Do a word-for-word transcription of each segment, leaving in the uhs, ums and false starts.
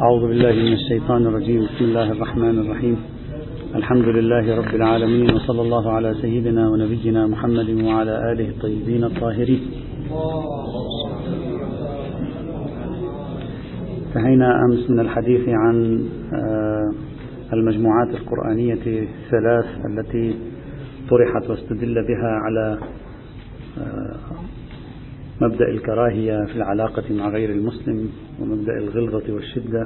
أعوذ بالله من الشيطان الرجيم. بسم الله الرحمن الرحيم. الحمد لله رب العالمين، وصلى الله على سيدنا ونبينا محمد وعلى آله الطيبين الطاهرين. انتهينا أمس من الحديث عن المجموعات القرآنية الثلاث التي طرحت واستدل بها على مبدأ الكراهية في العلاقة مع غير المسلم ومبدأ الغلظة والشدة.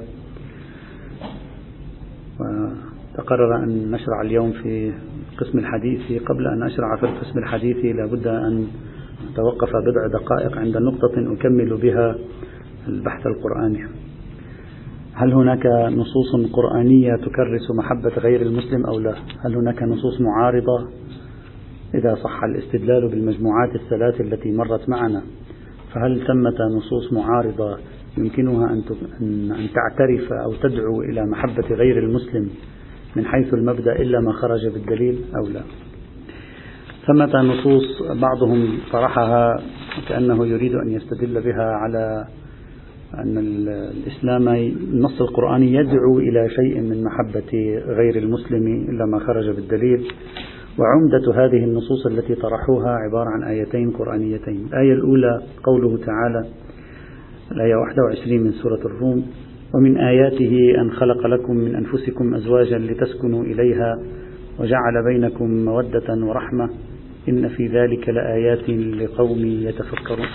وتقرر أن نشرع اليوم في القسم الحديثي. قبل أن أشرع في القسم الحديثي لابد أن أتوقف بضع دقائق عند نقطة أكمل بها البحث القرآني. هل هناك نصوص قرآنية تكرس محبة غير المسلم أو لا؟ هل هناك نصوص معارضة؟ إذا صح الاستدلال بالمجموعات الثلاث التي مرت معنا، فهل ثمة نصوص معارضة يمكنها أن تعترف أو تدعو إلى محبة غير المسلم من حيث المبدأ إلا ما خرج بالدليل أو لا؟ ثمة نصوص بعضهم طرحها كأنه يريد أن يستدل بها على أن الإسلام النص القرآني يدعو إلى شيء من محبة غير المسلم إلا ما خرج بالدليل. وعمدة هذه النصوص التي طرحوها عبارة عن آيتين قرآنيتين. الآية الأولى قوله تعالى، الآية واحد وعشرين من سورة الروم: ومن آياته أن خلق لكم من أنفسكم أزواجا لتسكنوا إليها وجعل بينكم مودة ورحمة إن في ذلك لآيات لقوم يتفكرون.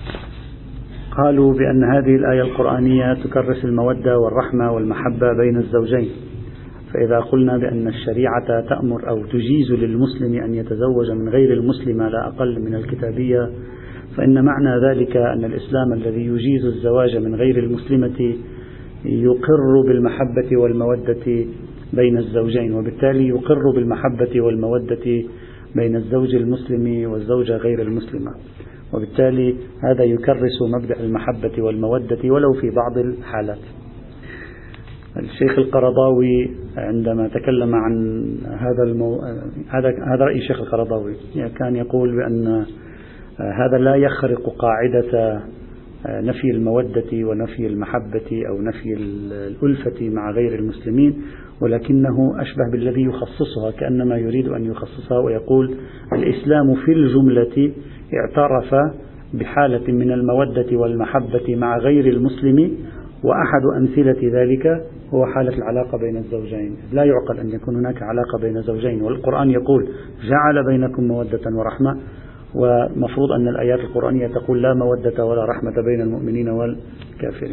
قالوا بأن هذه الآية القرآنية تكرس المودة والرحمة والمحبة بين الزوجين. فإذا قلنا بأن الشريعة تأمر أو تجيز للمسلم أن يتزوج من غير المسلم لا أقل من الكتابية، فإن معنى ذلك أن الإسلام الذي يجيز الزواج من غير المسلمة يقر بالمحبة والمودة بين الزوجين، وبالتالي يقر بالمحبة والمودة بين الزوج المسلم والزوجة غير المسلمة، وبالتالي هذا يكرس مبدأ المحبة والمودة ولو في بعض الحالات. الشيخ القرضاوي عندما تكلم عن هذا المو... هذا هذا رأي الشيخ القرضاوي، كان يقول بأن هذا لا يخرق قاعدة نفي المودة ونفي المحبة أو نفي الألفة مع غير المسلمين، ولكنه أشبه بالذي يخصصها، كأنما يريد أن يخصصها ويقول الإسلام في الجملة اعترف بحالة من المودة والمحبة مع غير المسلم، وأحد أمثلة ذلك هو حالة العلاقة بين الزوجين. لا يعقل أن يكون هناك علاقة بين زوجين والقرآن يقول جعل بينكم مودة ورحمة، ومفروض أن الآيات القرآنية تقول لا مودة ولا رحمة بين المؤمنين والكافرين.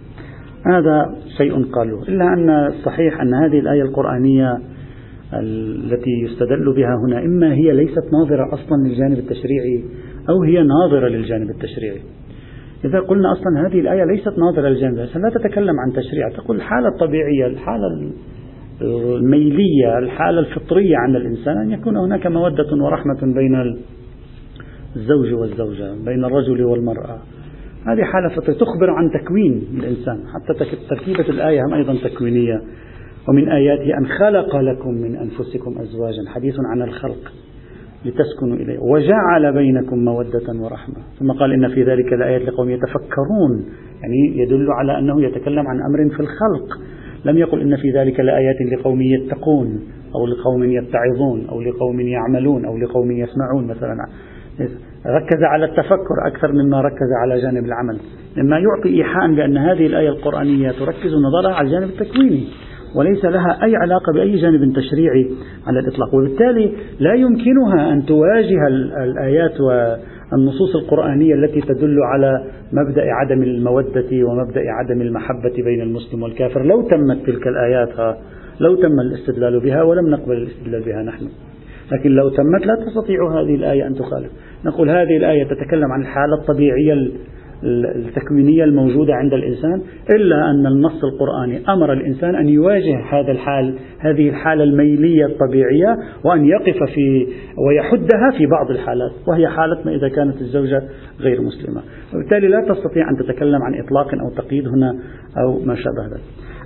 هذا شيء قالوه. إلا أن الصحيح أن هذه الآية القرآنية التي يستدل بها هنا إما هي ليست ناظرة أصلا للجانب التشريعي أو هي ناظرة للجانب التشريعي. إذا قلنا أصلا هذه الآية ليست ناظرة للجانب، لا تتكلم عن تشريع، تقول الحالة الطبيعية، الحالة الميلية، الحالة الفطرية عند الإنسان أن يكون هناك مودة ورحمة بين الزوج والزوجة، بين الرجل والمرأة. هذه حالة فطرية تخبر عن تكوين الإنسان، حتى تركيبة الآية هم أيضا تكوينية. ومن آياته أن خلق لكم من أنفسكم أزواجا، حديث عن الخلق، لتسكنوا إليه وجعل بينكم مودة ورحمة. ثم قال إن في ذلك لآيات لقوم يتفكرون، يعني يدل على أنه يتكلم عن أمر في الخلق. لم يقل إن في ذلك لآيات لقوم يتقون أو لقوم يتعظون أو لقوم يعملون أو لقوم يسمعون مثلا. ركز على التفكر أكثر مما ركز على جانب العمل، مما يعطي إيحاء بأن هذه الآية القرآنية تركز نظرها على الجانب التكويني وليس لها أي علاقة بأي جانب تشريعي على الإطلاق، وبالتالي لا يمكنها أن تواجه الآيات والنصوص القرآنية التي تدل على مبدأ عدم المودة ومبدأ عدم المحبة بين المسلم والكافر. لو تمت تلك الآيات لو تم الاستدلال بها، ولم نقبل الاستدلال بها نحن، لكن لو تمت لا تستطيع هذه الآية أن تخالف. نقول هذه الآية تتكلم عن الحالة الطبيعية التكوينية الموجودة عند الإنسان، إلا أن النص القرآني أمر الإنسان أن يواجه هذا الحال، هذه الحالة الميلية الطبيعية، وأن يقف في ويحدها في بعض الحالات، وهي حالة ما إذا كانت الزوجة غير مسلمة. وبالتالي لا تستطيع أن تتكلم عن إطلاق أو تقييد هنا أو ما شابه ذلك.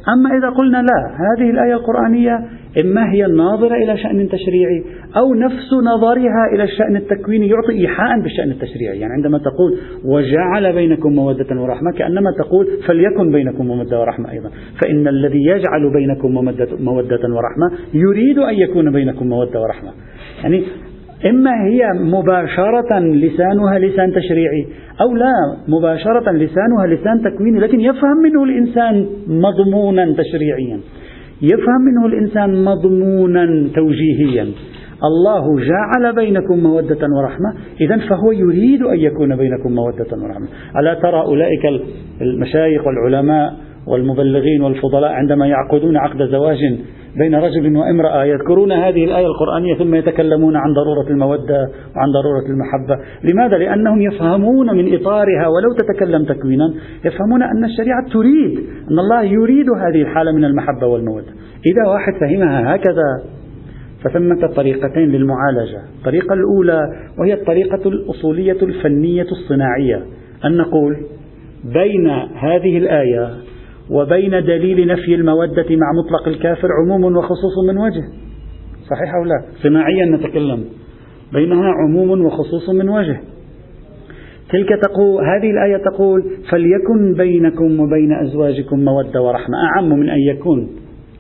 أما إذا قلنا لا، هذه الآية القرآنية إما هي الناظرة إلى شأن تشريعي أو نفس نظرها إلى الشأن التكويني يعطي إيحاء بالشأن التشريعي. يعني عندما تقول وجعل بينكم مودة ورحمة كأنما تقول فليكن بينكم مودة ورحمة أيضا، فإن الذي يجعل بينكم مودة ورحمة يريد أن يكون بينكم مودة ورحمة. يعني إما هي مباشرة لسانها لسان تشريعي أو لا، مباشرة لسانها لسان تكويني، لكن يفهم منه الإنسان مضمونا تشريعيا، يفهم منه الإنسان مضمونا توجيهيا. الله جعل بينكم مودة ورحمة، إذن فهو يريد أن يكون بينكم مودة ورحمة. ألا ترى أولئك المشايخ والعلماء والمبلغين والفضلاء عندما يعقدون عقد زواج بين رجل وامرأة يذكرون هذه الآية القرآنية ثم يتكلمون عن ضرورة المودة وعن ضرورة المحبة. لماذا؟ لأنهم يفهمون من إطارها ولو تتكلم تكوينا، يفهمون أن الشريعة تريد، أن الله يريد هذه الحالة من المحبة والمودة. إذا واحد فهمها هكذا فثمة طريقتين للمعالجة. الطريقة الأولى وهي الطريقة الأصولية الفنية الصناعية، أن نقول بين هذه الآية وبين دليل نفي المودة مع مطلق الكافر عموم وخصوص من وجه. صحيح أو لا؟ صناعيا نتكلم، بينها عموم وخصوص من وجه. تلك تقول، هذه الآية تقول فليكن بينكم وبين أزواجكم مودة ورحمة، أعم من أن يكون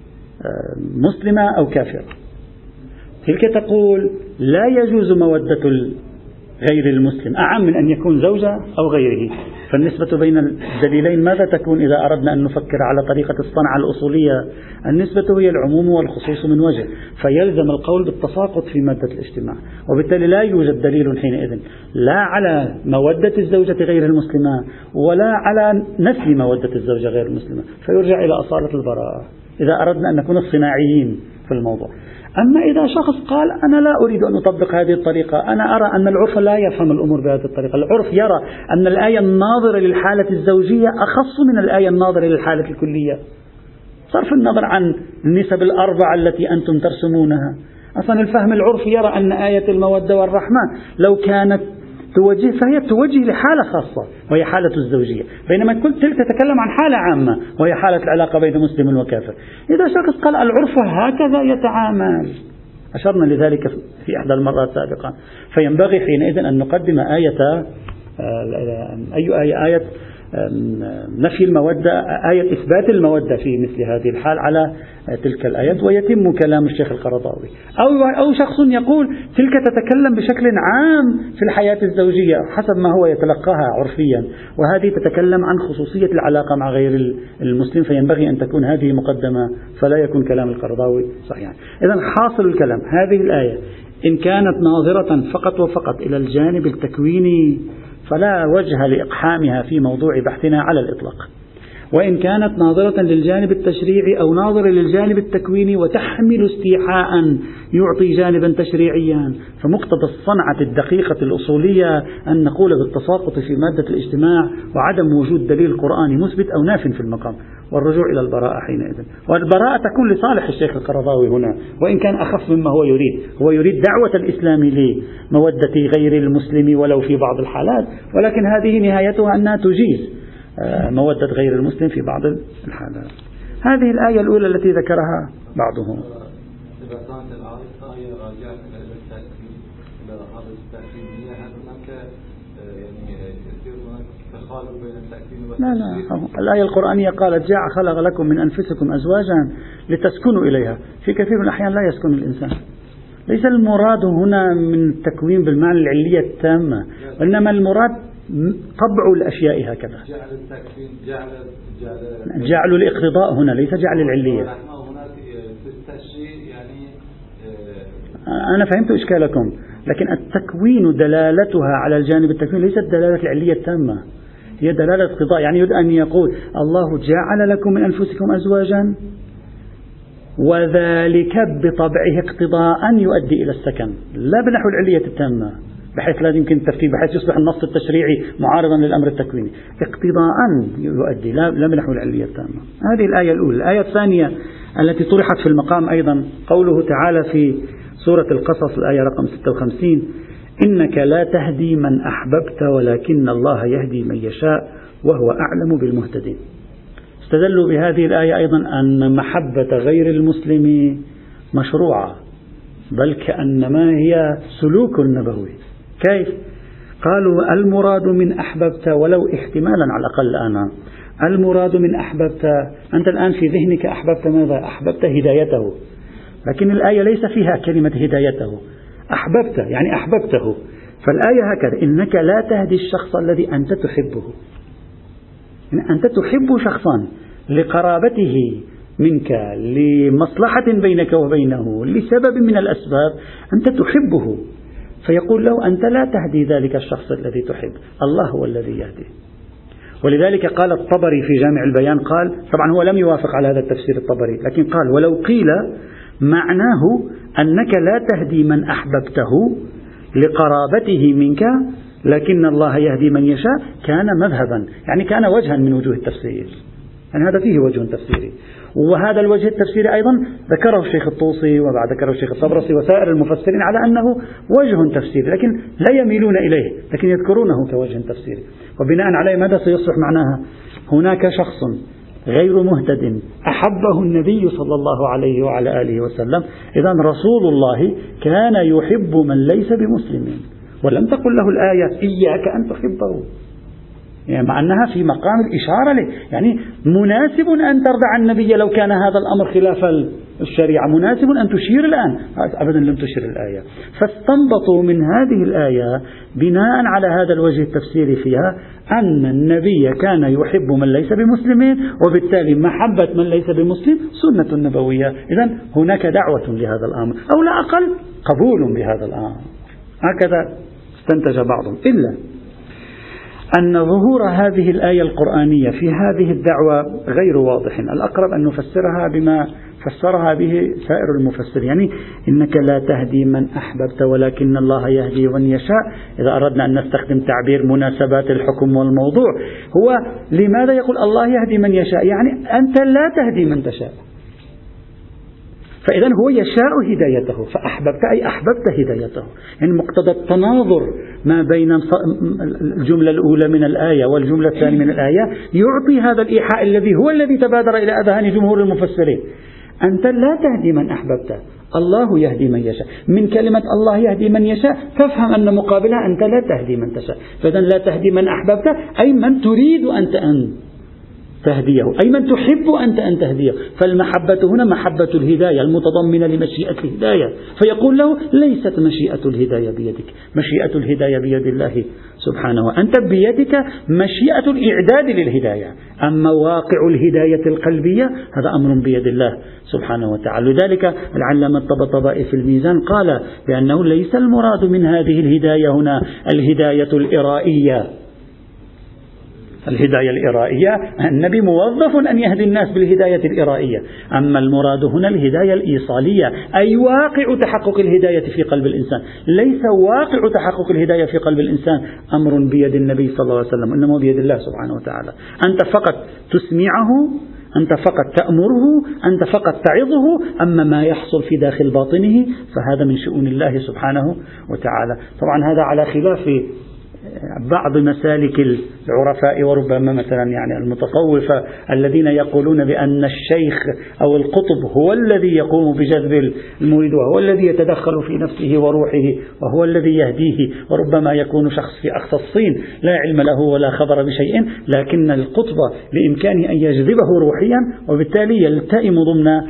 مسلمة أو كافر. تلك تقول لا يجوز مودة غير المسلم، أعم من أن يكون زوجة أو غيره. فالنسبة بين الدليلين ماذا تكون إذا أردنا أن نفكر على طريقة الصنعة الأصولية؟ النسبة هي العموم والخصوص من وجه، فيلزم القول بالتساقط في مادة الاجتماع، وبالتالي لا يوجد دليل حينئذ لا على مودة الزوجة غير المسلمة ولا على نفي مودة الزوجة غير المسلمة، فيرجع إلى أصالة البراءة إذا أردنا أن نكون صناعيين في الموضوع. أما إذا شخص قال أنا لا أريد أن أطبق هذه الطريقة، أنا أرى أن العرف لا يفهم الأمور بهذه الطريقة، العرف يرى أن الآية الناظرة للحالة الزوجية أخص من الآية الناظرة للحالة الكلية، صرف النظر عن النسب الأربعة التي أنتم ترسمونها. أصلا الفهم العرفي يرى أن آية المودة والرحمة لو كانت توجه فهي توجه لحالة خاصة وهي حالة الزوجية، بينما كل تلك تتكلم عن حالة عامة وهي حالة العلاقة بين مسلم وكافر. إذا شخص قال العرف هكذا يتعامل، أشرنا لذلك في إحدى المرات سابقا، فينبغي حينئذ أن نقدم آية أي آية آية نفي المودة، آية إثبات المودة في مثل هذه الحال على تلك الآيات، ويتم كلام الشيخ القرضاوي. أو أو شخص يقول تلك تتكلم بشكل عام في الحياة الزوجية حسب ما هو يتلقاها عرفيا، وهذه تتكلم عن خصوصية العلاقة مع غير المسلم، فينبغي أن تكون هذه مقدمة فلا يكون كلام القرضاوي صحيحا. إذن حاصل الكلام هذه الآية إن كانت ناظرة فقط وفقط إلى الجانب التكويني فلا وجه لإقحامها في موضوع بحثنا على الإطلاق، وإن كانت ناظرة للجانب التشريعي أو ناظرة للجانب التكويني وتحمل استيحاء يعطي جانبا تشريعيا، فمقتضى الصنعة الدقيقة الأصولية أن نقول بالتساقط في مادة الاجتماع وعدم وجود دليل قرآني مثبت أو ناف في المقام، والرجوع إلى البراءة حينئذ. والبراءة تكون لصالح الشيخ القرضاوي هنا، وإن كان أخف مما هو يريد. هو يريد دعوة الإسلام لمودة غير المسلم ولو في بعض الحالات، ولكن هذه نهايتها أنها تجيز مودة غير المسلم في بعض الحالات. هذه الآية الأولى التي ذكرها بعضهم. لا لا، الآية القرآنية قالت جاء خلق لكم من أنفسكم أزواجا لتسكنوا إليها، في كثير من الأحيان لا يسكن الإنسان. ليس المراد هنا من التكوين بالمعنى العلية التامة، وإنما المراد طبع الأشياء هكذا. جعل التكوين جعل جعل جعل الاقتضاء هنا، ليس جعل العلية. أنا فهمت إشكالكم، لكن التكوين دلالتها على الجانب التكوين ليست دلالة العلية التامة، هي دلالة اقتضاء. يعني يريد أن يقول الله جعل لكم من أنفسكم أزواجا وذلك بطبعه اقتضاء يؤدي إلى السكن، لا بنحو العلية التامة بحيث لا يمكن التفكير، بحيث يصبح النص التشريعي معارضا للأمر التكويني، اقتضاء يؤدي لا, لا بنحو العلية التامة. هذه الآية الأولى. الآية الثانية التي طرحت في المقام أيضا قوله تعالى في سورة القصص الآية رقم ستة وخمسين: إنك لا تهدي من أحببت ولكن الله يهدي من يشاء وهو أعلم بالمهتدين. استدلوا بهذه الآية أيضا أن محبة غير المسلم مشروعة، بل كأنما هي سلوك نبوي. كيف؟ قالوا المراد من أحببت، ولو احتمالا على الأقل أنا، المراد من أحببت، أنت الآن في ذهنك أحببت ماذا؟ أحببت هدايته، لكن الآية ليس فيها كلمة هدايته، أحببت يعني أحببته. فالآية هكذا: إنك لا تهدي الشخص الذي أنت تحبه. يعني أنت تحب شخصا لقرابته منك، لمصلحة بينك وبينه، لسبب من الأسباب أنت تحبه، فيقول له أنت لا تهدي ذلك الشخص الذي تحب، الله هو الذي يهدي. ولذلك قال الطبري في جامع البيان، قال طبعا هو لم يوافق على هذا التفسير الطبري، لكن قال: ولو قيل معناه أنك لا تهدي من أحببته لقرابته منك لكن الله يهدي من يشاء، كان مذهبا، يعني كان وجها من وجوه التفسير، يعني هذا فيه وجه تفسيري. وهذا الوجه التفسيري أيضا ذكره الشيخ الطوسي وبعد ذكره الشيخ الطبرسي وسائر المفسرين على أنه وجه تفسيري، لكن لا يميلون إليه، لكن يذكرونه كوجه تفسيري. وبناء عليه ماذا سيصبح معناها؟ هناك شخص غير مهتد أحبه النبي صلى الله عليه وعلى آله وسلم، إذن رسول الله كان يحب من ليس بمسلم، ولم تقل له الآية إياك أن تحبه، يعني مع أنها في مقام الإشارة له، يعني مناسب أن ترضى عن النبي لو كان هذا الأمر خلاف الشريعة، مناسب أن تشير الآن، أبدا لم تشير الآية. فاستنبطوا من هذه الآية بناء على هذا الوجه التفسيري فيها أن النبي كان يحب من ليس بمسلمين، وبالتالي محبة من ليس بمسلم سنة نبوية، إذن هناك دعوة لهذا الأمر، أو لا أقل قبول بهذا الأمر. هكذا استنتج بعضهم، إلا أن ظهور هذه الآية القرآنية في هذه الدعوة غير واضح. الأقرب أن نفسرها بما فسرها به سائر المفسرين، يعني إنك لا تهدي من أحببت ولكن الله يهدي من يشاء. إذا أردنا أن نستخدم تعبير مناسبات الحكم والموضوع، هو لماذا يقول الله يهدي من يشاء؟ يعني أنت لا تهدي من تشاء، فإذا هو يشاء هدايته، فأحببت أي أحببت هدايته. يعني مقتضى التناظر ما بين الجملة الأولى من الآية والجملة الثانية من الآية يعطي هذا الإيحاء الذي هو الذي تبادر إلى أذهان جمهور المفسرين: أنت لا تهدي من أحببت، الله يهدي من يشاء. من كلمة الله يهدي من يشاء تفهم أن مقابلها أنت لا تهدي من تشاء، فإذا لا تهدي من أحببت أي من تريد أنت أن تهديه، أي من تحب أنت أن تهديه. فالمحبة هنا محبة الهداية المتضمنة لمشيئة الهداية، فيقول له ليست مشيئة الهداية بيدك، مشيئة الهداية بيد الله سبحانه، وأنت بيدك مشيئة الإعداد للهداية، أما واقع الهداية القلبية هذا أمر بيد الله سبحانه وتعالى. لذلك العلامة الطبطبائي في الميزان قال بأنه ليس المراد من هذه الهداية هنا الهداية الإرائية. الهداية الإرائية النبي موظف أن يهدي الناس بالهداية الإرائية، أما المراد هنا الهداية الإيصالية، أي واقع تحقق الهداية في قلب الإنسان. ليس واقع تحقق الهداية في قلب الإنسان أمر بيد النبي صلى الله عليه وسلم، إنما بيد الله سبحانه وتعالى. أنت فقط تسمعه، أنت فقط تأمره، أنت فقط تعظه، أما ما يحصل في داخل باطنه فهذا من شؤون الله سبحانه وتعالى. طبعا هذا على خلاف بعض مسالك العرفاء وربما مثلا يعني المتصوفة الذين يقولون بأن الشيخ أو القطب هو الذي يقوم بجذب المريد، وهو الذي يتدخل في نفسه وروحه، وهو الذي يهديه، وربما يكون شخص في أقصى الصين لا علم له ولا خبر بشيء، لكن القطب بإمكانه أن يجذبه روحيا وبالتالي يلتئم ضمن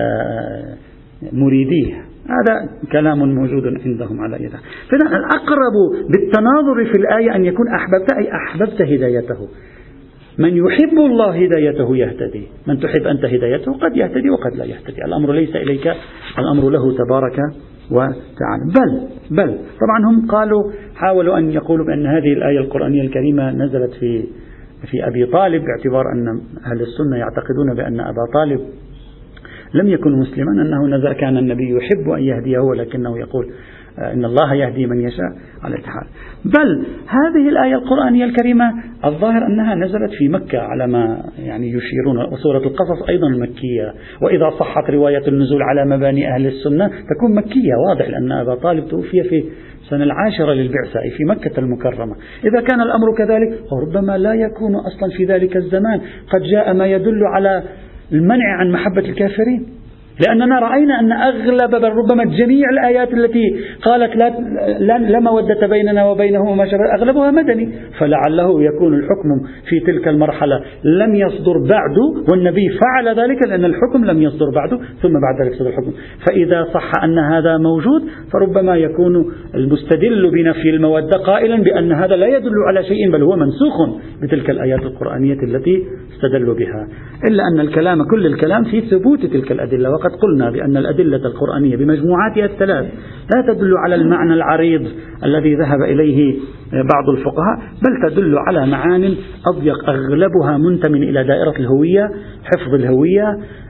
مريديه. هذا كلام موجود عندهم على يده. فإذا الأقرب بالتناظر في الآية أن يكون أحببت أي أحببت هدايته. من يحب الله هدايته يهتدي، من تحب أنت هدايته قد يهتدي وقد لا يهتدي، الأمر ليس إليك، الأمر له تبارك وتعالى. بل بل طبعا هم قالوا حاولوا أن يقولوا بأن هذه الآية القرآنية الكريمة نزلت في في أبي طالب، باعتبار أن أهل السنة يعتقدون بأن أبا طالب لم يكن مسلما، أنه نزل كان النبي يحب أن يهديه ولكنه يقول إن الله يهدي من يشاء على الاتحاد. بل هذه الآية القرآنية الكريمة الظاهر أنها نزلت في مكة على ما يعني يشيرون، وسورة القصص أيضا مكية، وإذا صحت رواية النزول على مباني أهل السنة تكون مكية واضح، لأن أبا طالب توفي في السنة العاشرة للبعثة أي في مكة المكرمة. إذا كان الأمر كذلك فربما لا يكون أصلا في ذلك الزمان قد جاء ما يدل على المنع عن محبة الكافرين، لأننا رأينا أن أغلب بل ربما جميع الآيات التي قالت لا, لا, لا مودة بيننا وبينهم وما شابه أغلبها مدني، فلعله يكون الحكم في تلك المرحلة لم يصدر بعد، والنبي فعل ذلك لأن الحكم لم يصدر بعد، ثم بعد ذلك صدر الحكم. فإذا صح أن هذا موجود فربما يكون المستدل بنفي المودة قائلا بأن هذا لا يدل على شيء بل هو منسوخ بتلك الآيات القرآنية التي استدلوا بها، إلا أن الكلام كل الكلام في ثبوت تلك الأدلة. وقد قلنا بأن الأدلة القرآنية بمجموعاتها الثلاث لا تدل على المعنى العريض الذي ذهب إليه بعض الفقهاء، بل تدل على معان أضيق أغلبها منتمن إلى دائرة الهوية، حفظ الهوية،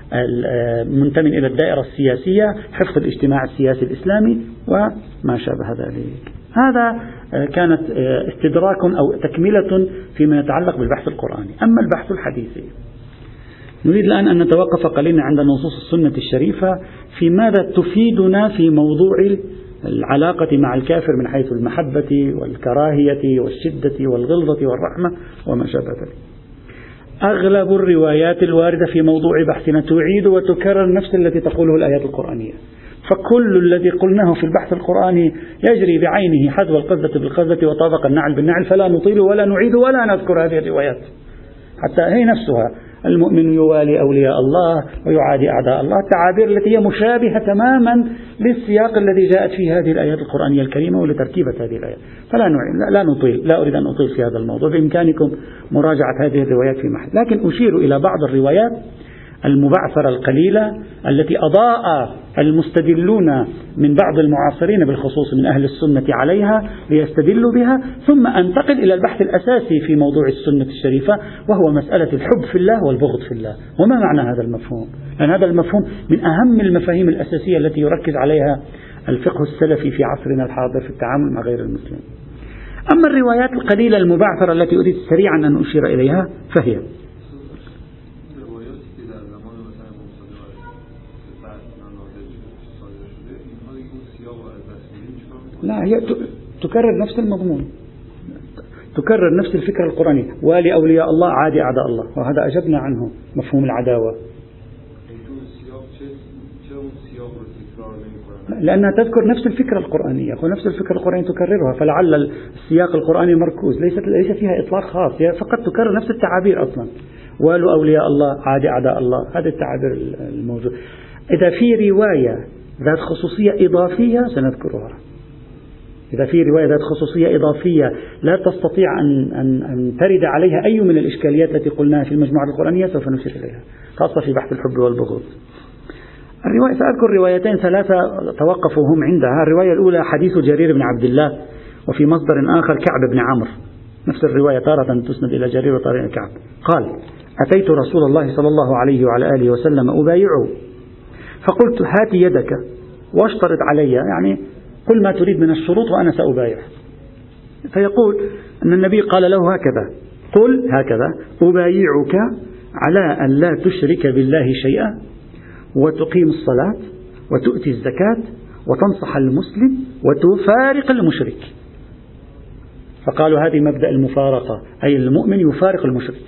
منتمن إلى الدائرة السياسية، حفظ الاجتماع السياسي الإسلامي وما شابه ذلك. هذا كانت استدراك أو تكملة فيما يتعلق بالبحث القرآني. أما البحث الحديثي نريد الآن أن نتوقف قليلا عند نصوص السنة الشريفة في ماذا تفيدنا في موضوع العلاقة مع الكافر من حيث المحبة والكراهية والشدة والغلظة والرحمة وما شابه ذلك. أغلب الروايات الواردة في موضوع بحثنا تعيد وتكرر نفس التي تقوله الآيات القرآنية، فكل الذي قلناه في البحث القرآني يجري بعينه حذو القذة بالقذة وطابق النعل بالنعل، فلا نطيل ولا نعيد ولا نذكر هذه الروايات، حتى هي نفسها المؤمن يوالي أولياء الله ويعادي أعداء الله، التعابير التي هي مشابهة تماما للسياق الذي جاءت فيه هذه الآيات القرآنية الكريمة ولتركيبة هذه الآيات. فلا نعيد لا نطيل، لا أريد أن أطيل في هذا الموضوع، بإمكانكم مراجعة هذه الروايات في محل، لكن أشير إلى بعض الروايات المبعثرة القليلة التي أضاء المستدلون من بعض المعاصرين بالخصوص من أهل السنة عليها ليستدلوا بها، ثم أنتقل إلى البحث الأساسي في موضوع السنة الشريفة، وهو مسألة الحب في الله والبغض في الله. وما معنى هذا المفهوم؟ لأن هذا المفهوم من أهم المفاهيم الأساسية التي يركز عليها الفقه السلفي في عصرنا الحاضر في التعامل مع غير المسلم. أما الروايات القليلة المبعثرة التي أريد سريعا أن أشير إليها فهي لا هي تكرر نفس المضمون، تكرر نفس الفكرة القرآنية، والي أولياء الله عادي أعداء الله، وهذا أجبنا عنه مفهوم العداوة، لأنها تذكر نفس الفكرة القرآنية، ونفس الفكرة القرآنية تكررها، فلعل السياق القرآني مركوز، ليست ليس فيها إطلاق خاص، هي فقط تكرر نفس التعابير أصلا، والوا أولياء الله عادي أعداء الله، هذه التعابير الموجودة. إذا في رواية ذات خصوصية إضافية سنذكرها، إذا في رواية ذات خصوصية إضافية لا تستطيع أن, أن, أن ترد عليها أي من الإشكاليات التي قلناها في المجموعة القرآنية سوف نشير إليها، خاصة في بحث الحب والبغض. الرواية سأذكر روايتين ثلاثة توقفوا هم عندها. الرواية الأولى حديث جرير بن عبد الله، وفي مصدر آخر كعب بن عمرو، نفس الرواية تارة تسند إلى جرير وتارة إلى كعب. قال: أتيت رسول الله صلى الله عليه وعلى آله وسلم أبايعه، فقلت: هات يدك واشترط علي، يعني قل ما تريد من الشروط وأنا سأبايع. فيقول أن النبي قال له هكذا: قل هكذا: أبايعك على أن لا تشرك بالله شيئا، وتقيم الصلاة، وتؤتي الزكاة، وتنصح المسلم، وتفارق المشرك. فقالوا هذه مبدأ المفارقة، أي المؤمن يفارق المشرك.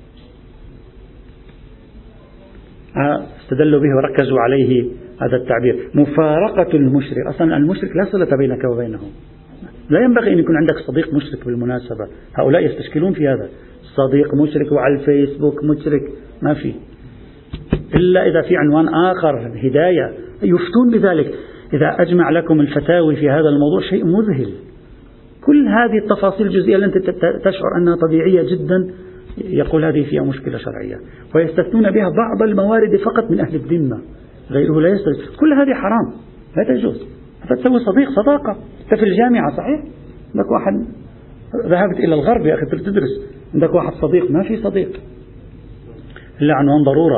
استدلوا به وركزوا عليه هذا التعبير، مفارقة المشرك. أصلا المشرك لا صلة بينك وبينه، لا ينبغي أن يكون عندك صديق مشرك بالمناسبة، هؤلاء يستشكلون في هذا، صديق مشرك وعلى الفيسبوك مشرك، ما في، إلا إذا في عنوان آخر هداية يفتون بذلك. إذا أجمع لكم الفتاوي في هذا الموضوع شيء مذهل، كل هذه التفاصيل الجزئية التي تشعر أنها طبيعية جدا يقول هذه فيها مشكلة شرعية، ويستثنون بها بعض الموارد فقط من أهل الذمة، غيره لا يستثنى. كل هذه حرام، لا تجوز. فتسوي صديق صداقة. أنت في الجامعة صحيح عندك واحد، ذهبت إلى الغرب يا أخي تدرس، عندك واحد صديق، ما في صديق إلا عنوان ضرورة،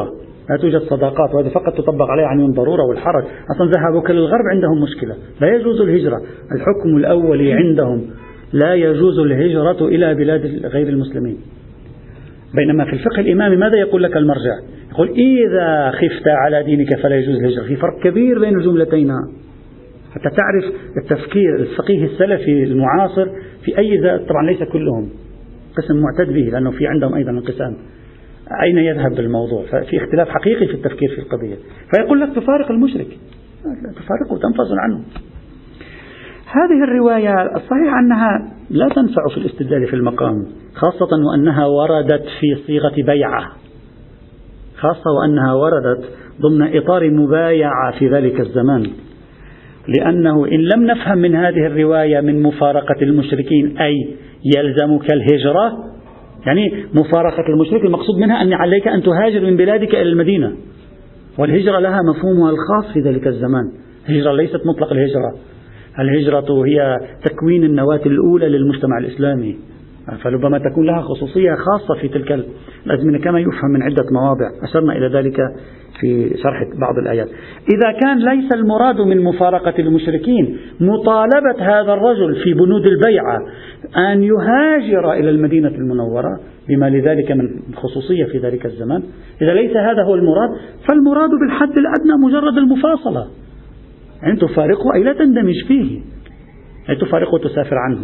لا توجد صداقات، وهذا فقط تطبق عليه عن الضرورة والحرج. أصلا ذهابك للغرب عندهم مشكلة، لا يجوز الهجرة، الحكم الأولي عندهم لا يجوز الهجرة إلى بلاد غير المسلمين. بينما في الفقه الإمامي ماذا يقول لك المرجع؟ يقول إذا خفت على دينك فلا يجوز الهجرة. في فرق كبير بين الجملتين حتى تعرف التفكير الفقيه السلفي المعاصر في أي ذات. طبعا ليس كلهم، قسم معتد به لأنه في عندهم أيضا انقسام أين يذهب بالموضوع، ففي اختلاف حقيقي في التفكير في القضية. فيقول لك تفارق المشرك، تفارقه وتنفصل عنه. هذه الرواية الصحيح أنها لا تنفع في الاستدلال في المقام، خاصة وأنها وردت في صيغة بيعة، خاصة وأنها وردت ضمن إطار مبايعة في ذلك الزمان. لأنه إن لم نفهم من هذه الرواية من مفارقة المشركين أي يلزمك الهجرة، يعني مفارقة المشرك المقصود منها أن عليك أن تهاجر من بلادك إلى المدينة، والهجرة لها مفهومها الخاص في ذلك الزمان. الهجرة ليست مطلق الهجرة، الهجرة هي تكوين النواة الأولى للمجتمع الإسلامي، فلربما تكون لها خصوصية خاصة في تلك الأزمنة كما يفهم من عدة مواضع أشرنا إلى ذلك في شرح بعض الآيات. إذا كان ليس المراد من مفارقة المشركين مطالبة هذا الرجل في بنود البيعة أن يهاجر إلى المدينة المنورة بما لذلك من خصوصية في ذلك الزمان، إذا ليس هذا هو المراد فالمراد بالحد الأدنى مجرد المفاصلة، يعني تفارقه أي لا تندمج فيه، يعني تفارقه وتسافر عنه.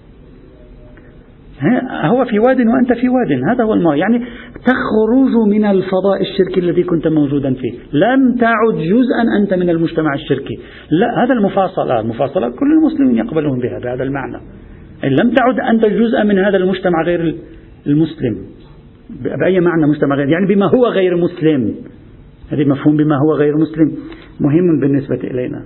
هو في واد وأنت في واد، هذا هو المراد، يعني تخرج من الفضاء الشركي الذي كنت موجودا فيه، لم تعد جزءا أنت من المجتمع الشركي. لا، هذا المفاصلة، المفاصلة كل المسلمين يقبلون بها بهذا المعنى، يعني لم تعد أنت جزءا من هذا المجتمع غير المسلم. بأي معنى مجتمع غير؟ يعني بما هو غير مسلم. هذا مفهوم بما هو غير مسلم مهم بالنسبة إلينا.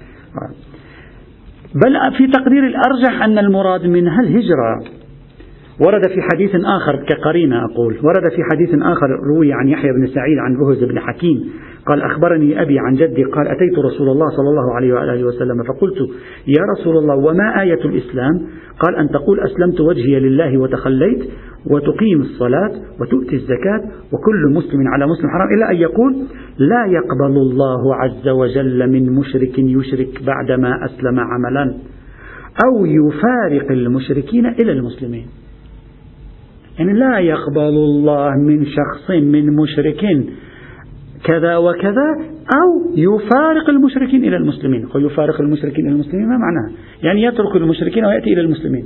بل في تقدير الأرجح أن المراد منها الهجرة. ورد في حديث آخر كقرينة أقول ورد في حديث آخر روي عن يحيى بن سعيد عن بهز بن حكيم قال أخبرني أبي عن جدي قال أتيت رسول الله صلى الله عليه وآله وسلم فقلت يا رسول الله وما آية الإسلام؟ قال أن تقول أسلمت وجهي لله وتخليت وتقيم الصلاة وتؤتي الزكاة وكل مسلم على مسلم حرام، إلى أن يقول لا يقبل الله عز وجل من مشرك يشرك بعدما أسلم عملا أو يفارق المشركين إلى المسلمين. يعني لا يقبل الله من شخص من مشرك كذا وكذا أو يفارق المشركين إلى المسلمين. يفارق المشركين إلى المسلمين ما معناها؟ يعني يترك المشركين ويأتي إلى المسلمين.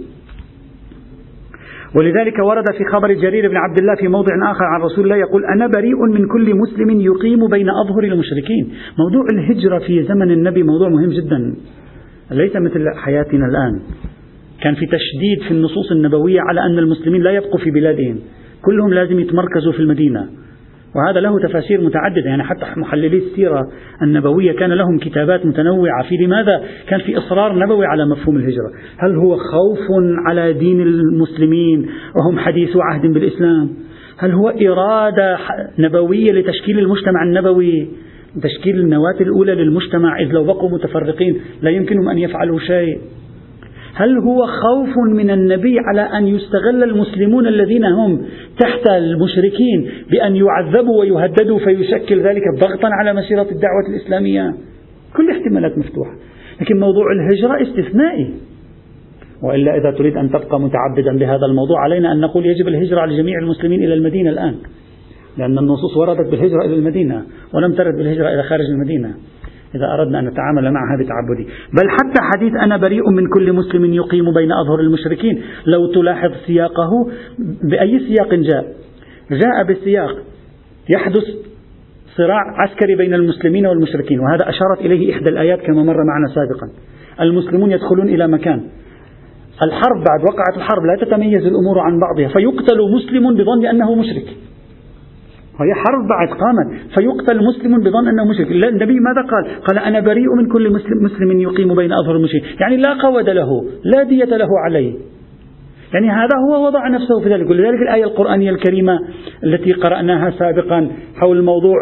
ولذلك ورد في خبر جرير بن عبد الله في موضع آخر عن رسول الله يقول أنا بريء من كل مسلم يقيم بين أظهر المشركين. موضوع الهجرة في زمن النبي موضوع مهم جدا، ليس مثل حياتنا الآن. كان في تشديد في النصوص النبوية على أن المسلمين لا يبقوا في بلادهم، كلهم لازم يتمركزوا في المدينة، وهذا له تفاسير متعددة. يعني حتى محللي السيرة النبوية كان لهم كتابات متنوعة في لماذا كان في إصرار نبوي على مفهوم الهجرة. هل هو خوف على دين المسلمين وهم حديث عهد بالإسلام؟ هل هو إرادة نبوية لتشكيل المجتمع النبوي، تشكيل النواة الأولى للمجتمع، إذ لو بقوا متفرقين لا يمكنهم أن يفعلوا شيء؟ هل هو خوف من النبي على أن يستغل المسلمون الذين هم تحت المشركين بأن يعذبوا ويهددوا فيشكل ذلك ضغطا على مسيرة الدعوة الإسلامية؟ كل احتمالات مفتوحة، لكن موضوع الهجرة استثنائي. وإلا إذا تريد أن تبقى متعبدا بهذا الموضوع علينا أن نقول يجب الهجرة على جميع المسلمين إلى المدينة الآن، لأن النصوص وردت بالهجرة إلى المدينة ولم ترد بالهجرة إلى خارج المدينة إذا أردنا أن نتعامل معها بتعبدي. بل حتى حديث أنا بريء من كل مسلم يقيم بين أظهر المشركين لو تلاحظ سياقه بأي سياق جاء جاء بسياق يحدث صراع عسكري بين المسلمين والمشركين، وهذا أشارت إليه إحدى الآيات كما مر معنا سابقا. المسلمون يدخلون إلى مكان، الحرب بعد وقعت الحرب لا تتميز الأمور عن بعضها فيقتل مسلم بظن أنه مشرك، هي حرب بعد قامت فيقتل مسلم بظن أنه مشرك. النبي ماذا قال؟ قال أنا بريء من كل مسلم, مسلم يقيم بين أظهر المشركين، يعني لا قود له لا دية له عليه، يعني هذا هو وضع نفسه في ذلك. ولذلك الآية القرآنية الكريمة التي قرأناها سابقا حول الموضوع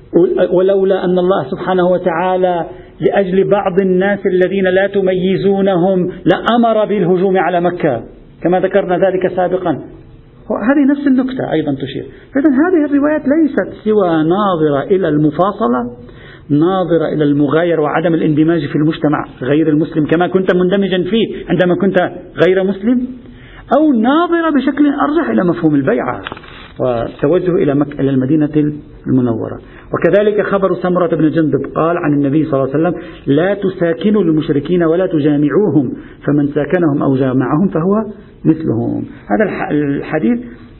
ولولا أن الله سبحانه وتعالى لأجل بعض الناس الذين لا تميزونهم لأمر بالهجوم على مكة كما ذكرنا ذلك سابقا، هذه نفس النكتة أيضا تشير. إذن هذه الروايات ليست سوى ناظرة إلى المفاصلة، ناظرة إلى المغاير وعدم الاندماج في المجتمع غير المسلم كما كنت مندمجا فيه عندما كنت غير مسلم، أو ناظرة بشكل أرجح إلى مفهوم البيعة والتوجه إلى مكة إلى المدينة المنورة. وكذلك خبر سمرة بن جندب قال عن النبي صلى الله عليه وسلم: لا تساكنوا المشركين ولا تجامعوهم، فمن ساكنهم أو جامعهم فهو مثلهم. هذا الحديث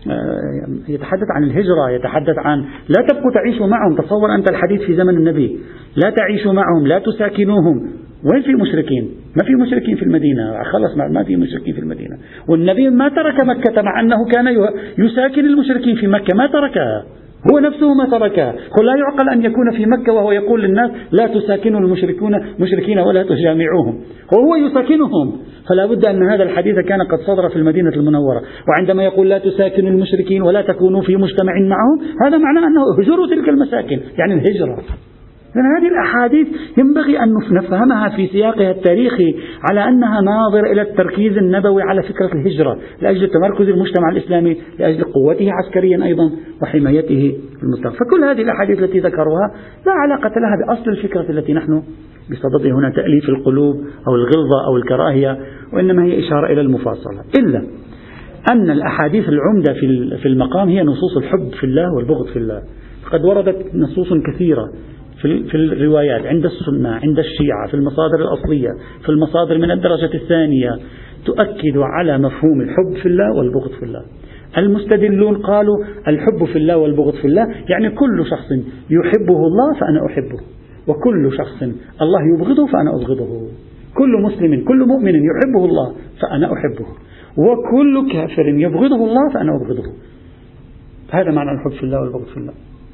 يتحدث عن الهجرة، يتحدث عن لا تبقوا تعيشوا معهم. تصور أنت الحديث في زمن النبي، لا تعيشوا معهم، لا تساكنوهم. وين في مشركين؟ ما في مشركين في المدينة، خلص ما في مشركين في المدينة. والنبي ما ترك مكة مع أنه كان يساكن المشركين في مكة، ما تركها، هو نفسه ما تركها. قل لا يعقل أن يكون في مكة وهو يقول للناس لا تساكنوا المشركون مشركين ولا تجامعوهم، وهو يساكنهم. فلا بد أن هذا الحديث كان قد صدر في المدينة المنورة. وعندما يقول لا تساكنوا المشركين ولا تكونوا في مجتمع معهم، هذا معناه أنه اهجروا تلك المساكن، يعني الهجرة. لأن هذه الأحاديث ينبغي أن نفهمها في سياقها التاريخي على أنها ناظرة إلى التركيز النبوي على فكرة الهجرة لأجل تمركز المجتمع الإسلامي، لأجل قوته عسكريا أيضا وحمايته المستقبل. فكل هذه الأحاديث التي ذكروها لا علاقة لها بأصل الفكرة التي نحن بصددها هنا، تأليف القلوب أو الغلظة أو الكراهية، وإنما هي إشارة إلى المفاصلة. إلا أن الأحاديث العمدة في المقام هي نصوص الحب في الله والبغض في الله. فقد وردت نصوص كثيرة في الروايات عند السنة، عند الشيعة، في المصادر الأصلية، في المصادر من الدرجة الثانية، تؤكد على مفهوم الحب في الله والبغض في الله. المستدلون قالوا الحب في الله والبغض في الله يعني كل شخص يحبه الله فأنا أحبه، وكل شخص الله يبغضه فأنا أبغضه. كل مسلم، كل مؤمن يحبه الله فأنا أحبه، وكل كافر يبغضه الله فأنا أبغضه. هذا معنى الحب في الله والبغض في الله.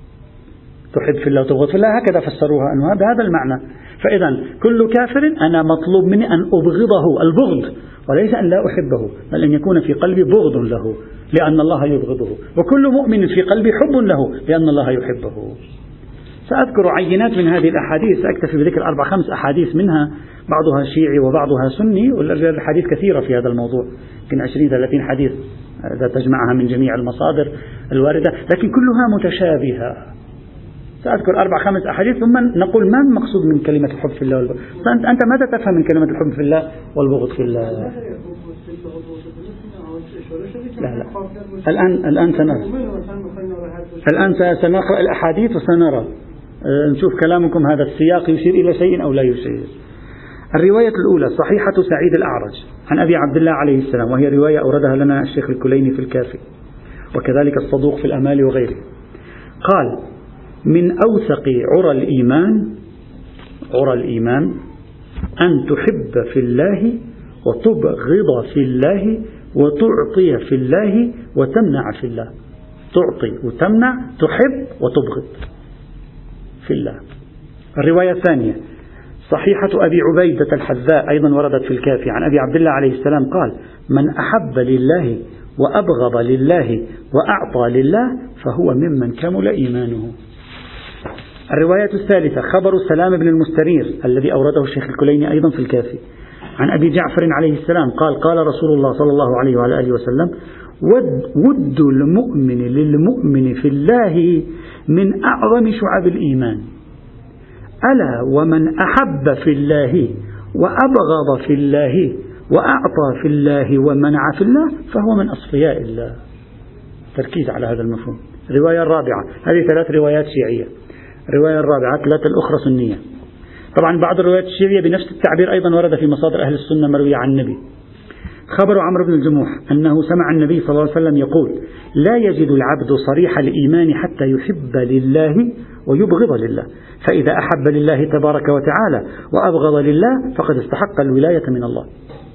تحب في الله وتبغض في الله، هكذا فسروها أنه بهذا المعنى. فإذا كل كافر أنا مطلوب مني أن أبغضه، البغض، وليس أن لا أحبه، بل أن يكون في قلبي بغض له لأن الله يبغضه، وكل مؤمن في قلبي حب له لأن الله يحبه. سأذكر عينات من هذه الأحاديث، سأكتفي بذكر أربع خمس أحاديث منها، بعضها شيعي وبعضها سني، والحديث كثيرة في هذا الموضوع، يمكن عشرين ثلاثين حديث إذا تجمعها من جميع المصادر الواردة، لكن كلها متشابهة. سأذكر أربع خمس أحاديث ثم نقول ما المقصود من كلمة الحب في الله والبغض. أنت ماذا تفهم من كلمة الحب في الله والبغض في الله؟ لا لا الآن الآن سنرى الآن سنقرأ الأحاديث وسنرى نشوف كلامكم هذا السياق يشير إلى شيء أو لا يشير. الرواية الأولى صحيحة سعيد الأعرج عن أبي عبد الله عليه السلام، وهي رواية أوردها لنا الشيخ الكليني في الكافي، وكذلك الصدوق في الأمال وغيره. قال: من أوثق عرى الإيمان عرى الإيمان أن تحب في الله وتبغض في الله وتعطي في الله وتمنع في الله. تعطي وتمنع، تحب وتبغض في الله. الرواية الثانية صحيحة أبي عبيدة الحذاء أيضا وردت في الكافي عن أبي عبد الله عليه السلام قال: من أحب لله وأبغض لله وأعطى لله فهو ممن كمل إيمانه. الرواية الثالثة خبر سلام بن المسترير الذي أورده الشيخ الكليني أيضا في الكافي عن أبي جعفر عليه السلام قال: قال رسول الله صلى الله عليه وعلى آله وسلم: ود, ود المؤمن للمؤمن في الله من أعظم شعب الإيمان، ألا ومن أحب في الله وأبغض في الله وأعطى في الله ومنع في الله فهو من أصفياء الله. تركيز على هذا المفهوم. الرواية الرابعة، هذه ثلاث روايات شيعية، الرواية الرابعة ثلاثة الأخرى سنية. طبعا بعض الروايات الشيعية بنفس التعبير أيضا ورد في مصادر أهل السنة مروية عن النبي. خبر عمرو بن الجموح أنه سمع النبي صلى الله عليه وسلم يقول: لا يجد العبد صريح الإيمان حتى يحب لله ويبغض لله، فإذا أحب لله تبارك وتعالى وأبغض لله فقد استحق الولاية من الله.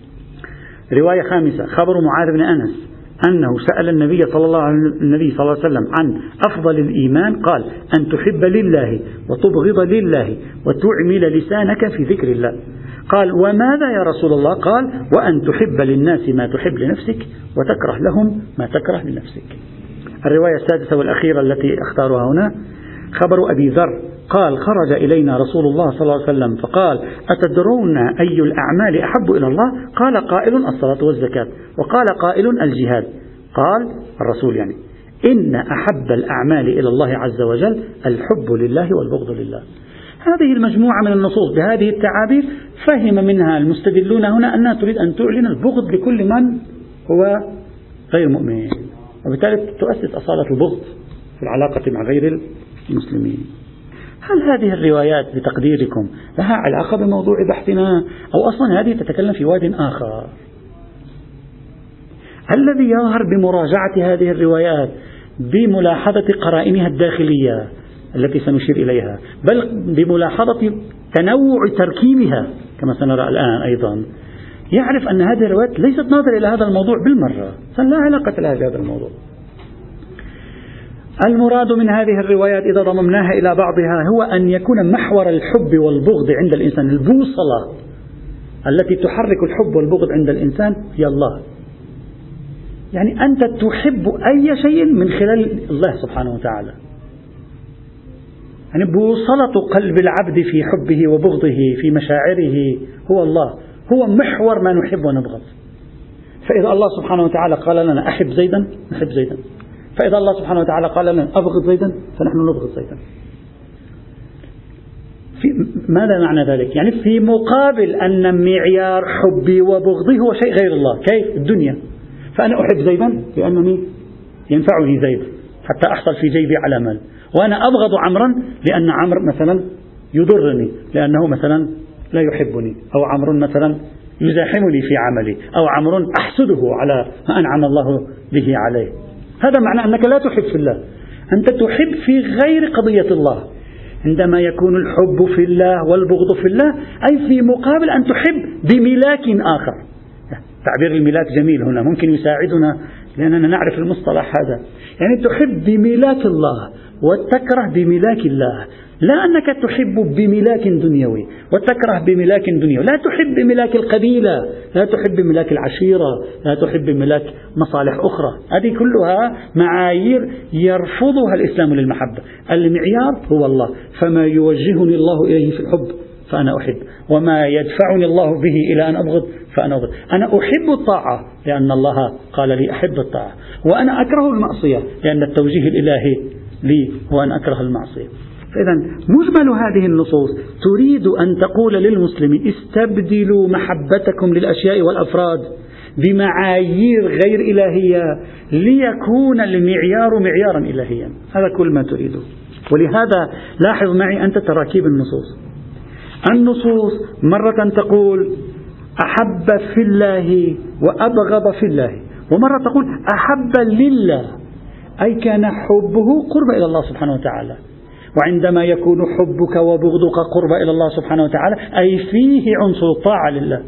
رواية خامسة خبر معاذ بن أنس أنه سأل النبي صلى الله النبي صلى الله عليه وسلم عن أفضل الإيمان، قال: أن تحب لله وتبغض لله وتعمل لسانك في ذكر الله. قال: وماذا يا رسول الله؟ قال: وأن تحب للناس ما تحب لنفسك وتكره لهم ما تكره لنفسك. الرواية السادسة والأخيرة التي اختارها هنا خبر أبي ذر قال: خرج إلينا رسول الله صلى الله عليه وسلم فقال: أتدرون أي الأعمال أحب إلى الله؟ قال قائل: الصلاة والزكاة، وقال قائل: الجهاد. قال الرسول يعني: إن أحب الأعمال إلى الله عز وجل الحب لله والبغض لله. هذه المجموعة من النصوص بهذه التعابير فهم منها المستدلون هنا أنها تريد أن تعلن البغض لكل من هو غير مؤمن، وبالتالي تؤسس أصالة البغض في العلاقة مع غير المسلمين. هل هذه الروايات بتقديركم لها علاقة بموضوع بحثنا، أو أصلا هذه تتكلم في واد آخر؟ الذي يظهر بمراجعة هذه الروايات بملاحظة قرائنها الداخلية التي سنشير إليها، بل بملاحظة تنوع تركيبها كما سنرى الآن أيضا، يعرف أن هذه الروايات ليست ناظرة إلى هذا الموضوع بالمرة، لا علاقة لها بهذا الموضوع. المراد من هذه الروايات إذا ضممناها إلى بعضها هو أن يكون محور الحب والبغض عند الإنسان، البوصلة التي تحرك الحب والبغض عند الإنسان هي الله. يعني أنت تحب أي شيء من خلال الله سبحانه وتعالى. يعني بوصلة قلب العبد في حبه وبغضه في مشاعره هو الله، هو محور ما نحب ونبغض. فإذا الله سبحانه وتعالى قال لنا أحب زيدا نحب زيدا، فإذا الله سبحانه وتعالى قال لنا أبغض زيدا فنحن نبغض زيدا. في ماذا معنى ذلك؟ يعني في مقابل أن معيار حبي وبغضي هو شيء غير الله. كيف؟ الدنيا. فأنا أحب زيدا لأنني ينفعني زيد حتى أحصل في جيبي على مال، وأنا أبغض عمرا لأن عمرو مثلا يضرني لأنه مثلا لا يحبني، أو عمرو مثلا يزاحمني في عملي، أو عمرو أحسده على ما أنعم الله به عليه. هذا معنى أنك لا تحب في الله، أنت تحب في غير قضية الله. عندما يكون الحب في الله والبغض في الله أي في مقابل أن تحب بملاك آخر. تعبير الملاك جميل هنا ممكن يساعدنا لأننا نعرف المصطلح هذا. يعني تحب بملاك الله وتكره بملاك الله، لا أنك تحب بملاك دنيوي وتكره بملاك دنيوي، لا تحب بملاك القبيلة، لا تحب بملاك العشيرة، لا تحب بملاك مصالح أخرى. هذه كلها معايير يرفضها الإسلام للمحبة. المعيار هو الله، فما يوجهني الله إليه في الحب فأنا أحب، وما يدفعني الله به إلى أن أبغض فأنا أبغض. أنا أحب الطاعة لأن الله قال لي أحب الطاعة، وأنا أكره المعصية لأن التوجيه الإلهي لي هو أن أكره المعصية. فإذا مجمل هذه النصوص تريد أن تقول للمسلمين استبدلوا محبتكم للأشياء والأفراد بمعايير غير إلهية ليكون المعيار معيارا إلهيا. هذا كل ما تريده. ولهذا لاحظ معي أنت تراكيب النصوص. النصوص مرة تقول أحب في الله وأبغض في الله، ومرة تقول أحب لله، أي كان حبه قرب إلى الله سبحانه وتعالى. وعندما يكون حبك وبغضك قرب إلى الله سبحانه وتعالى أي فيه عنصر الطاعة لله.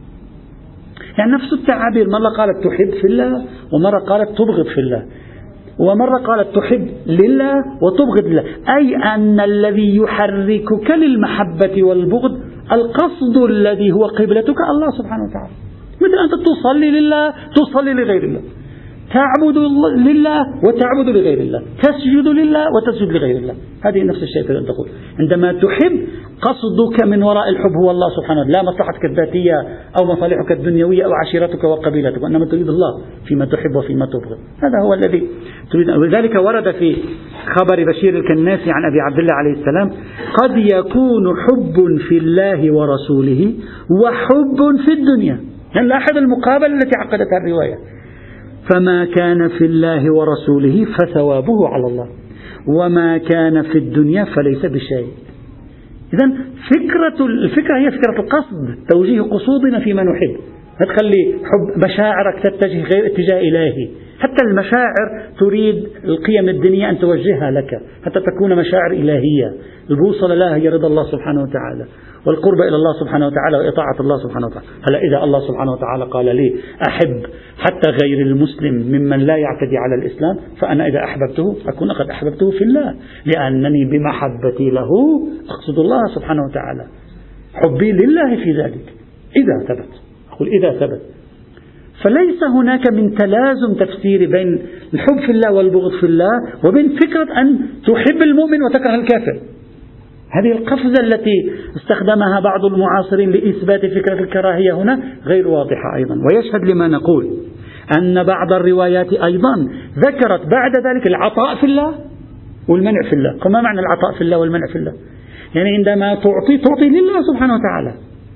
يعني نفس التعابير، مرة قالت تحب في الله ومرة قالت تبغض في الله، ومرة قالت تحب لله وتبغض لله، أي أن الذي يحركك للمحبة والبغض القصد الذي هو قبلتك الله سبحانه وتعالى. مثل أنت تصلي لله تصلي لغير الله، تعبد لله وتعبد لغير الله، تسجد لله وتسجد لغير الله. هذه نفس الشيء تريد أن تقول. عندما تحب قصدك من وراء الحب هو الله سبحانه وتعالى، لا مصلحتك الذاتية أو مصالحك الدنيوية أو عشيرتك وقبيلتك، وإنما تريد الله فيما تحب وفيما تبغض. هذا هو الذي تريد. ولذلك ورد في خبر بشير الكناسي عن أبي عبد الله عليه السلام: قد يكون حب في الله ورسوله وحب في الدنيا. يعني لاحظ المقابلة التي عقدتها الرواية: فما كان في الله ورسوله فثوابه على الله، وما كان في الدنيا فليس بشيء. إذن فكرة الفكرة هي فكرة القصد، توجيه قصودنا فيما نحب. لا تخلي حب مشاعرك تتجه غير اتجاه إلهي. حتى المشاعر تريد القيم الدينية أن توجهها لك حتى تكون مشاعر إلهية. البوصلة لا هي رضا الله سبحانه وتعالى والقرب إلى الله سبحانه وتعالى وإطاعة الله سبحانه وتعالى. هلا إذا الله سبحانه وتعالى قال لي أحب حتى غير المسلم ممن لا يعتدي على الإسلام، فأنا إذا أحببته أكون قد أحببته في الله، لأنني بمحبتي له أقصد الله سبحانه وتعالى. حبي لله في ذلك إذا ثبت، أقول إذا ثبت. فليس هناك من تلازم تفسيري بين الحب في الله والبغض في الله وبين فكرة أن تحب المؤمن وتكره الكافر. هذه القفزة التي استخدمها بعض المعاصرين لإثبات فكرة الكراهية هنا غير واضحة أيضا. ويشهد لما نقول أن بعض الروايات أيضا ذكرت بعد ذلك العطاء في الله والمنع في الله. فما معنى العطاء في الله والمنع في الله؟ يعني عندما تعطي تعطي لله سبحانه وتعالى،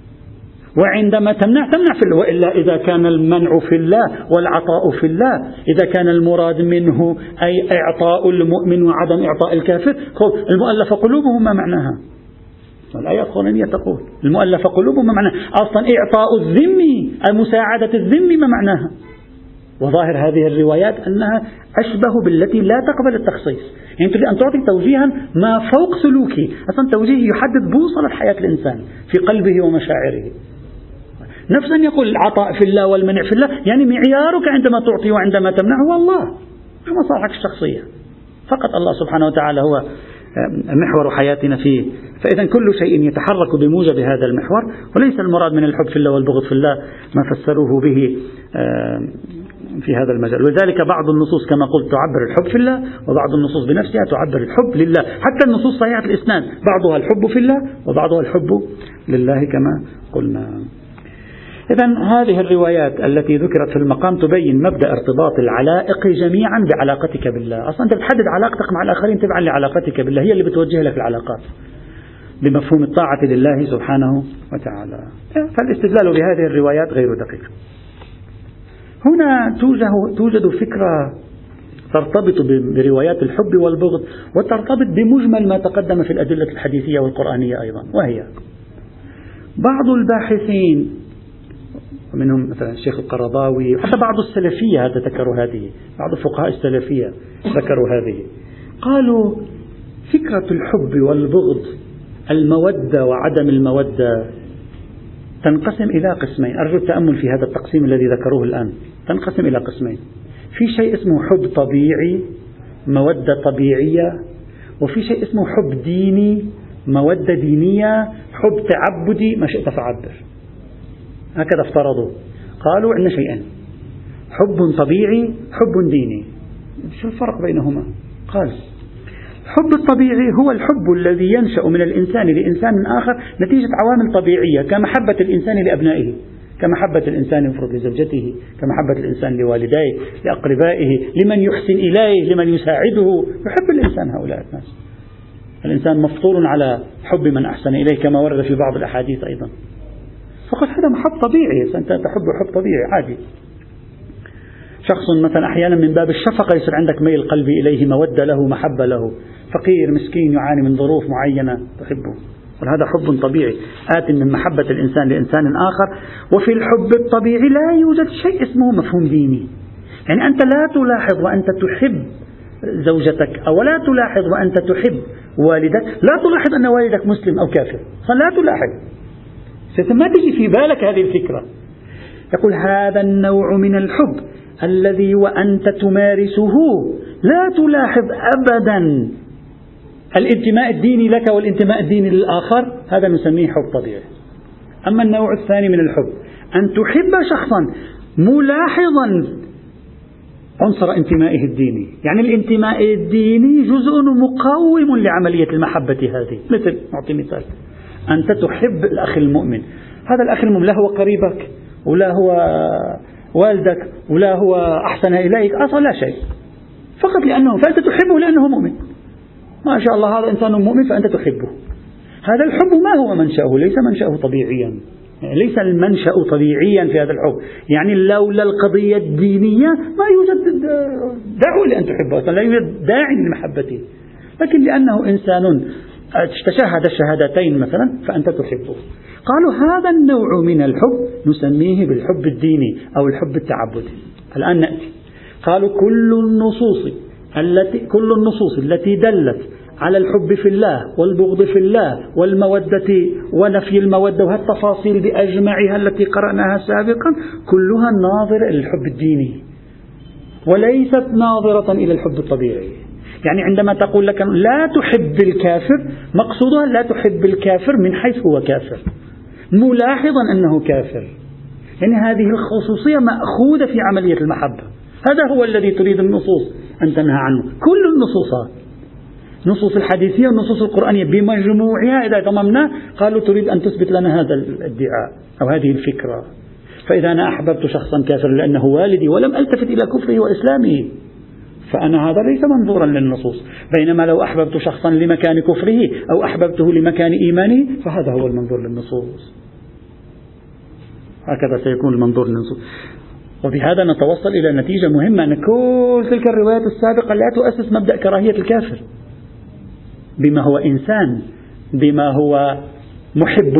وعندما تمنع تمنع في الله. وإلا إذا كان المنع في الله والعطاء في الله، إذا كان المراد منه أي إعطاء المؤمن وعدم إعطاء الكافر، المؤلف قلوبهم ما معناها؟ الآية القرآنية تقول المؤلف قلوبهم ما معناها؟ أصلا إعطاء الذمي مساعدة الذمي ما معناها؟ وظاهر هذه الروايات أنها أشبه بالتي لا تقبل التخصيص. يعني تريد أن تعطي توجيها ما فوق سلوكي، أصلا توجيه يحدد بوصلة حياة الإنسان في قلبه ومشاعره. نفسا يقول العطاء في الله والمنع في الله، يعني معيارك عندما تعطي وعندما تمنع هو الله، مش مصالحك الشخصية. فقط الله سبحانه وتعالى هو محور حياتنا فيه. فإذا كل شيء يتحرك بموجب هذا المحور، وليس المراد من الحب في الله والبغض في الله ما فسروه به في هذا المجال. ولذلك بعض النصوص كما قلت تعبر الحب في الله، وبعض النصوص بنفسها تعبر الحب لله. حتى النصوص صحيحة الإسناد بعضها الحب في الله وبعضها الحب لله كما قلنا. إذن هذه الروايات التي ذكرت في المقام تبين مبدأ ارتباط العلائق جميعا بعلاقتك بالله. أصلا أنت بتحدد علاقتك مع الآخرين تبعا لعلاقتك بالله، هي اللي بتوجه لك العلاقات بمفهوم الطاعة لله سبحانه وتعالى. فالاستدلال بهذه الروايات غير دقيق. هنا توجد, توجد فكرة ترتبط بروايات الحب والبغض، وترتبط بمجمل ما تقدم في الأدلة الحديثية والقرآنية أيضا، وهي بعض الباحثين منهم مثلا الشيخ القرضاوي، حتى بعض السلفية هذا ذكروا هذه، بعض الفقهاء السلفية ذكروا هذه، قالوا فكرة الحب والبغض، المودة وعدم المودة، تنقسم إلى قسمين. أرجو التأمل في هذا التقسيم الذي ذكروه الآن. تنقسم إلى قسمين: في شيء اسمه حب طبيعي، مودة طبيعية، وفي شيء اسمه حب ديني، مودة دينية، حب تعبدي، ما شئت فعبر. هكذا افترضوا. قالوا عندنا شيئين: حب طبيعي، حب ديني. شو الفرق بينهما؟ قال الحب الطبيعي هو الحب الذي ينشأ من الإنسان لإنسان آخر نتيجة عوامل طبيعية، كمحبة الإنسان لأبنائه، كمحبة الإنسان يفرض لزوجته، كمحبة الإنسان لوالديه، لأقربائه، لمن يحسن إليه، لمن يساعده. يحب الإنسان هؤلاء الناس. الإنسان مفطور على حب من أحسن إليه كما ورد في بعض الأحاديث أيضا. فقط هذا محب طبيعي، أنت تحب حب طبيعي عادي. شخص مثلا أحيانا من باب الشفقة يصير عندك ميل قلبي إليه، مودة له، محبة له، فقير مسكين يعاني من ظروف معينة تحبه، وهذا حب طبيعي آت من محبة الإنسان لإنسان آخر. وفي الحب الطبيعي لا يوجد شيء اسمه مفهوم ديني. يعني أنت لا تلاحظ وأنت تحب زوجتك، أو لا تلاحظ وأنت تحب والدك، لا تلاحظ أن والدك مسلم أو كافر، لا تلاحظ، ما تجي في بالك هذه الفكرة. يقول هذا النوع من الحب الذي وأنت تمارسه لا تلاحظ أبدا الانتماء الديني لك والانتماء الديني للآخر، هذا نسميه حب طبيعي. أما النوع الثاني من الحب أن تحب شخصا ملاحظا عنصر انتمائه الديني، يعني الانتماء الديني جزء مقوم لعملية المحبة هذه. مثل نعطي مثال: أنت تحب الأخ المؤمن، هذا الأخ المؤمن لا هو قريبك ولا هو والدك ولا هو أحسن إليك، أصلا لا شيء، فقط لأنه، فأنت تحبه لأنه مؤمن. ما شاء الله هذا إنسان مؤمن فأنت تحبه. هذا الحب ما هو منشأه، ليس منشأه طبيعيا، يعني ليس المنشأ طبيعيا في هذا الحب. يعني لولا القضية الدينية ما يوجد داعي لأن تحبه، أصلا لا يوجد داعي لمحبته، لكن لأنه إنسان تشهد الشهادتين مثلا فأنت تحبه. قالوا هذا النوع من الحب نسميه بالحب الديني أو الحب التعبدي. الآن نأتي، قالوا كل النصوص التي كل النصوص التي دلت على الحب في الله والبغض في الله والمودة ونفي المودة وهالتفاصيل بأجمعها التي قرأناها سابقا كلها ناظرة إلى الحب الديني وليست ناظرة إلى الحب الطبيعي. يعني عندما تقول لك لا تحب الكافر، مقصودها لا تحب الكافر من حيث هو كافر، ملاحظا أنه كافر. يعني هذه الخصوصية مأخوذة في عملية المحبة. هذا هو الذي تريد النصوص أن تنهى عنه. كل النصوص، نصوص الحديثية والنصوص القرآنية بمجموعها إذا ضممنا، قالوا تريد أن تثبت لنا هذا الادعاء أو هذه الفكرة. فإذا أنا أحببت شخصا كافرا لأنه والدي ولم ألتفت إلى كفره وإسلامه فأنا هذا ليس منظورا للنصوص، بينما لو أحببت شخصا لمكان كفره أو أحببته لمكان إيمانه فهذا هو المنظور للنصوص. هكذا سيكون المنظور للنصوص. وبهذا نتوصل إلى نتيجة مهمة، أن كل تلك الروايات السابقة لا تؤسس مبدأ كراهية الكافر بما هو إنسان، بما هو محب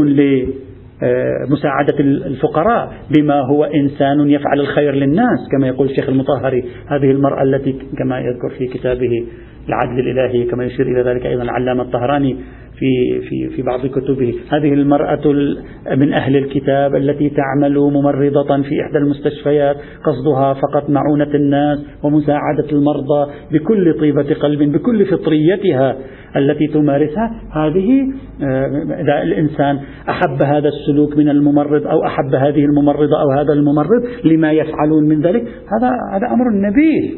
لمساعدة الفقراء، بما هو إنسان يفعل الخير للناس، كما يقول الشيخ المطهري هذه المرأة التي كما يذكر في كتابه العدل الإلهي، كما يشير إلى ذلك أيضا العلامة الطهراني في في في بعض كتبه، هذه المرأة من أهل الكتاب التي تعمل ممرضة في إحدى المستشفيات، قصدها فقط معونة الناس ومساعدة المرضى بكل طيبة قلب بكل فطريتها التي تمارسها. هذه إذا الإنسان أحب هذا السلوك من الممرض أو أحب هذه الممرضة أو هذا الممرض لما يفعلون من ذلك، هذا هذا أمر نبيل،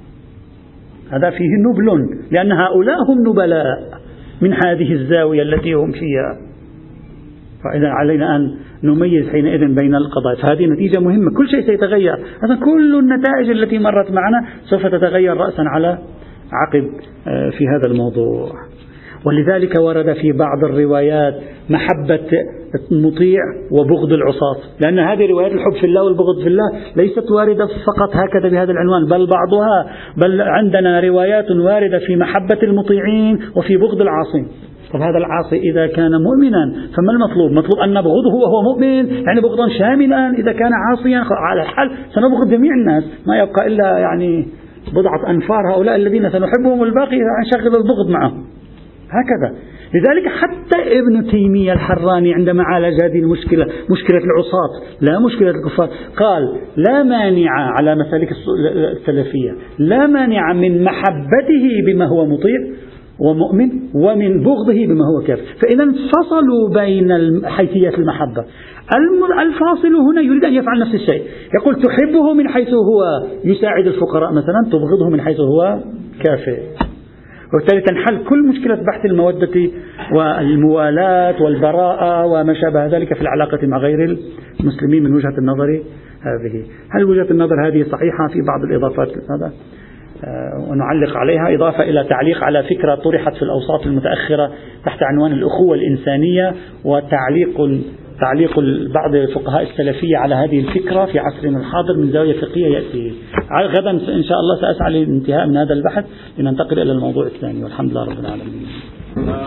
هذا فيه نبل، لأن هؤلاء هم نبلاء من هذه الزاوية التي هم فيها. فإذا علينا أن نميز حينئذ بين القضايا، فهذه نتيجة مهمة. كل شيء سيتغير، هذا كل النتائج التي مرت معنا سوف تتغير رأسا على عقب في هذا الموضوع. ولذلك ورد في بعض الروايات محبة المطيع وبغض العصاة، لأن هذه روايات الحب في الله والبغض في الله ليست واردة فقط هكذا بهذا العنوان، بل بعضها، بل عندنا روايات واردة في محبة المطيعين وفي بغض العاصين. طب هذا العاصي إذا كان مؤمنا فما المطلوب؟ مطلوب أن نبغضه وهو مؤمن، يعني بغضا شاملا. إذا كان عاصيا على الحال سنبغض جميع الناس، ما يبقى إلا يعني بضعة أنفار هؤلاء الذين سنحبهم والباقي نشغل البغض معهم. هكذا. لذلك حتى ابن تيمية الحراني عندما عالج هذه المشكلة، مشكلة العصاة لا مشكلة الكفار، قال لا مانع على مسالك السلفية، لا مانع من محبته بما هو مطيع ومؤمن ومن بغضه بما هو كافر. فإذا فصلوا بين حيثيات المحبة. الفاصل هنا يريد أن يفعل نفس الشيء، يقول تحبه من حيث هو يساعد الفقراء مثلا، تبغضه من حيث هو كافر. وبالتالي تنحل كل مشكلة بحث المودة والموالاة والبراءة وما شابه ذلك في العلاقة مع غير المسلمين من وجهة النظر هذه. هل وجهة النظر هذه صحيحة؟ في بعض الإضافات هذا ونعلق عليها، إضافة إلى تعليق على فكرة طرحت في الأوساط المتأخرة تحت عنوان الأخوة الإنسانية، وتعليق تعليق بعض الفقهاء السلفية على هذه الفكرة في عصرنا الحاضر من زاوية فقهية يأتي. غدا إن شاء الله سأسعى للانتهاء من هذا البحث لننتقل إلى الموضوع الثاني، والحمد لله رب العالمين.